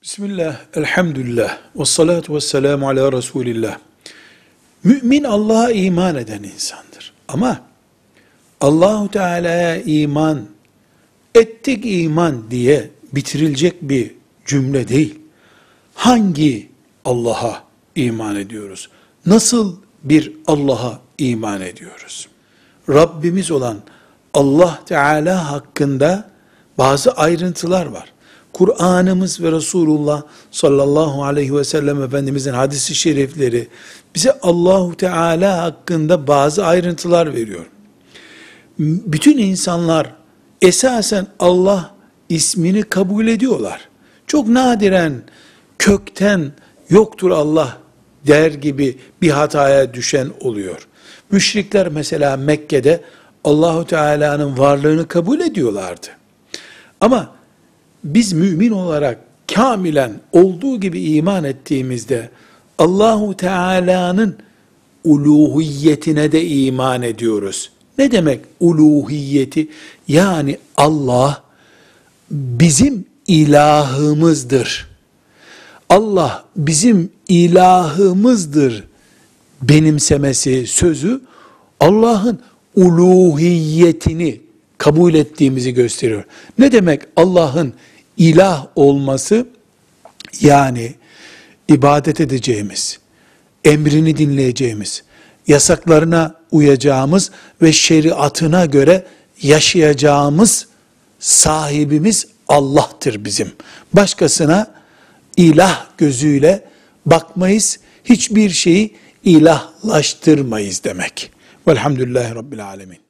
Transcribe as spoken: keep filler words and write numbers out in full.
Bismillah, elhamdülillah, ve salatu ve selamu ala Resulillah. Mümin Allah'a iman eden insandır. Ama Allahu Teala'ya iman ettik iman diye bitirilecek bir cümle değil. Hangi Allah'a iman ediyoruz? Nasıl bir Allah'a iman ediyoruz? Rabbimiz olan Allah Teala hakkında bazı ayrıntılar var. Kur'an'ımız ve Resulullah sallallahu aleyhi ve sellem Efendimizin hadis-i şerifleri bize Allahu Teala hakkında bazı ayrıntılar veriyor. Bütün insanlar esasen Allah ismini kabul ediyorlar. Çok nadiren kökten yoktur Allah der gibi bir hataya düşen oluyor. Müşrikler mesela Mekke'de Allahu Teala'nın varlığını kabul ediyorlardı. Ama biz mümin olarak kamilen olduğu gibi iman ettiğimizde Allahu Teala'nın uluhiyetine de iman ediyoruz. Ne demek uluhiyeti? Yani Allah bizim ilahımızdır. Allah bizim ilahımızdır benimsemesi sözü Allah'ın uluhiyetini kabul ettiğimizi gösteriyor. Ne demek Allah'ın ilah olması? Yani ibadet edeceğimiz, emrini dinleyeceğimiz, yasaklarına uyacağımız ve şeriatına göre yaşayacağımız sahibimiz Allah'tır bizim. Başkasına ilah gözüyle bakmayız, hiçbir şeyi ilahlaştırmayız demek. Velhamdülillahi Rabbil Alemin.